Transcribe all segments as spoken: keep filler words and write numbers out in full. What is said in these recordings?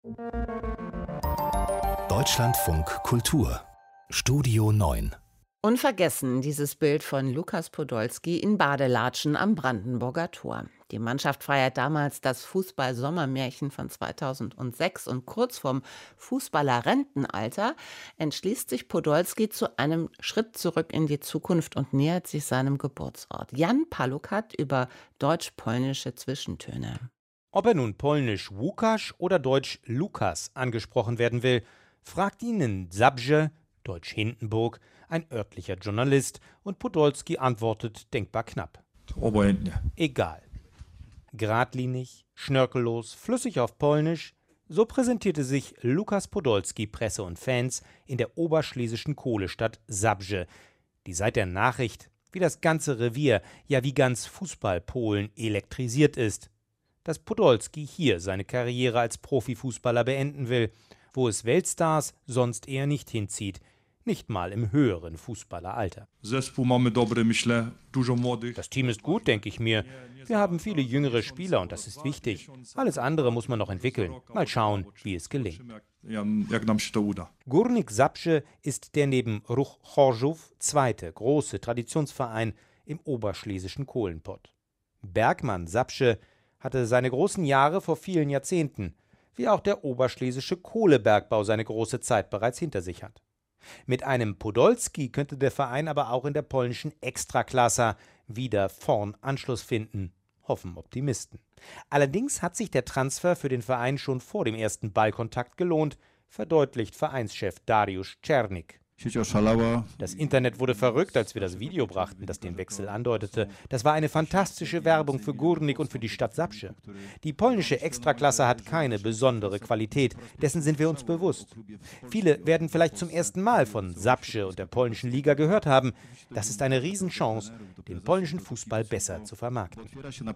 Deutschlandfunk Kultur Studio neun. Unvergessen dieses Bild von Lukas Podolski in Badelatschen am Brandenburger Tor. Die Mannschaft feiert damals das Fußball-Sommermärchen von zweitausendsechs und kurz vorm Fußballer-Rentenalter entschließt sich Podolski zu einem Schritt zurück in die Zukunft und nähert sich seinem Geburtsort. Jan Palukat über deutsch-polnische Zwischentöne. Ob er nun polnisch Łukasz oder deutsch Lukas angesprochen werden will, fragt ihn in Zabrze, deutsch Hindenburg, ein örtlicher Journalist, und Podolski antwortet denkbar knapp. Obojętnie. Egal. Gradlinig, schnörkellos, flüssig auf Polnisch, so präsentierte sich Lukas Podolski Presse und Fans in der oberschlesischen Kohlestadt Zabrze, die seit der Nachricht, wie das ganze Revier, ja wie ganz Fußball-Polen elektrisiert ist, dass Podolski hier seine Karriere als Profifußballer beenden will, wo es Weltstars sonst eher nicht hinzieht, nicht mal im höheren Fußballeralter. Das Team ist gut, denke ich mir. Wir haben viele jüngere Spieler und das ist wichtig. Alles andere muss man noch entwickeln. Mal schauen, wie es gelingt. Górnik Zabrze ist der neben Ruch Chorzów zweite große Traditionsverein im oberschlesischen Kohlenpott. Bergmann Zabrze hatte seine großen Jahre vor vielen Jahrzehnten, wie auch der oberschlesische Kohlebergbau seine große Zeit bereits hinter sich hat. Mit einem Podolski könnte der Verein aber auch in der polnischen Ekstraklasa wieder vorn Anschluss finden, hoffen Optimisten. Allerdings hat sich der Transfer für den Verein schon vor dem ersten Ballkontakt gelohnt, verdeutlicht Vereinschef Dariusz Czernik. Das Internet wurde verrückt, als wir das Video brachten, das den Wechsel andeutete. Das war eine fantastische Werbung für Górnik und für die Stadt Zabrze. Die polnische Extraklasse hat keine besondere Qualität, dessen sind wir uns bewusst. Viele werden vielleicht zum ersten Mal von Zabrze und der polnischen Liga gehört haben. Das ist eine Riesenchance, den polnischen Fußball besser zu vermarkten.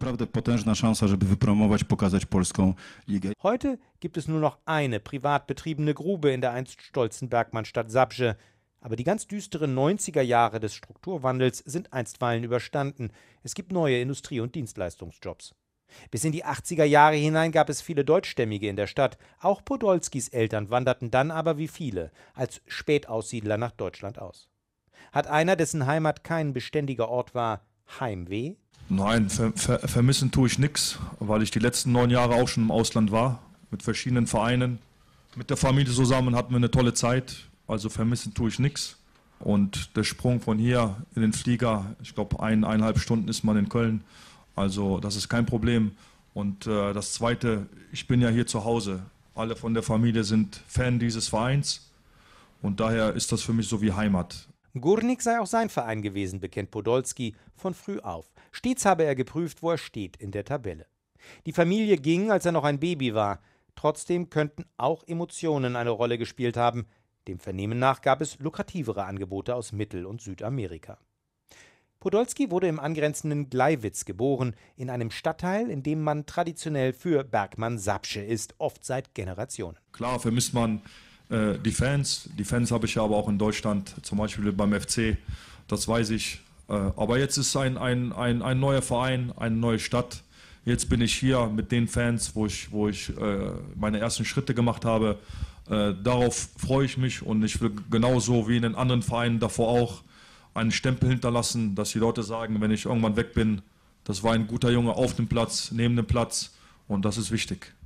Heute gibt es nur noch eine privat betriebene Grube in der einst stolzen Bergmannstadt Zabrze. Aber die ganz düsteren neunziger Jahre des Strukturwandels sind einstweilen überstanden. Es gibt neue Industrie- und Dienstleistungsjobs. Bis in die achtziger Jahre hinein gab es viele Deutschstämmige in der Stadt. Auch Podolskis Eltern wanderten dann aber wie viele als Spätaussiedler nach Deutschland aus. Hat einer, dessen Heimat kein beständiger Ort war, Heimweh? Nein, ver ver vermissen tue ich nichts, weil ich die letzten neun Jahre auch schon im Ausland war, mit verschiedenen Vereinen. Mit der Familie zusammen hatten wir eine tolle Zeit. Also vermissen tue ich nichts. Und der Sprung von hier in den Flieger, ich glaube ein, eineinhalb Stunden ist man in Köln. Also das ist kein Problem. Und äh, das Zweite, ich bin ja hier zu Hause. Alle von der Familie sind Fan dieses Vereins. Und daher ist das für mich so wie Heimat. Górnik sei auch sein Verein gewesen, bekennt Podolski von früh auf. Stets habe er geprüft, wo er steht in der Tabelle. Die Familie ging, als er noch ein Baby war. Trotzdem könnten auch Emotionen eine Rolle gespielt haben. Dem Vernehmen nach gab es lukrativere Angebote aus Mittel- und Südamerika. Podolski wurde im angrenzenden Gleiwitz geboren, in einem Stadtteil, in dem man traditionell für Bergmann Zabrze ist, oft seit Generationen. Klar vermisst man äh, die Fans. Die Fans habe ich ja aber auch in Deutschland, zum Beispiel beim F C, das weiß ich. Äh, aber jetzt ist ein, ein, ein, ein neuer Verein, eine neue Stadt. Jetzt bin ich hier mit den Fans, wo ich, wo ich äh, meine ersten Schritte gemacht habe. Äh, darauf freue ich mich und ich will genauso wie in den anderen Vereinen davor auch einen Stempel hinterlassen, dass die Leute sagen, wenn ich irgendwann weg bin, das war ein guter Junge auf dem Platz, neben dem Platz und das ist wichtig.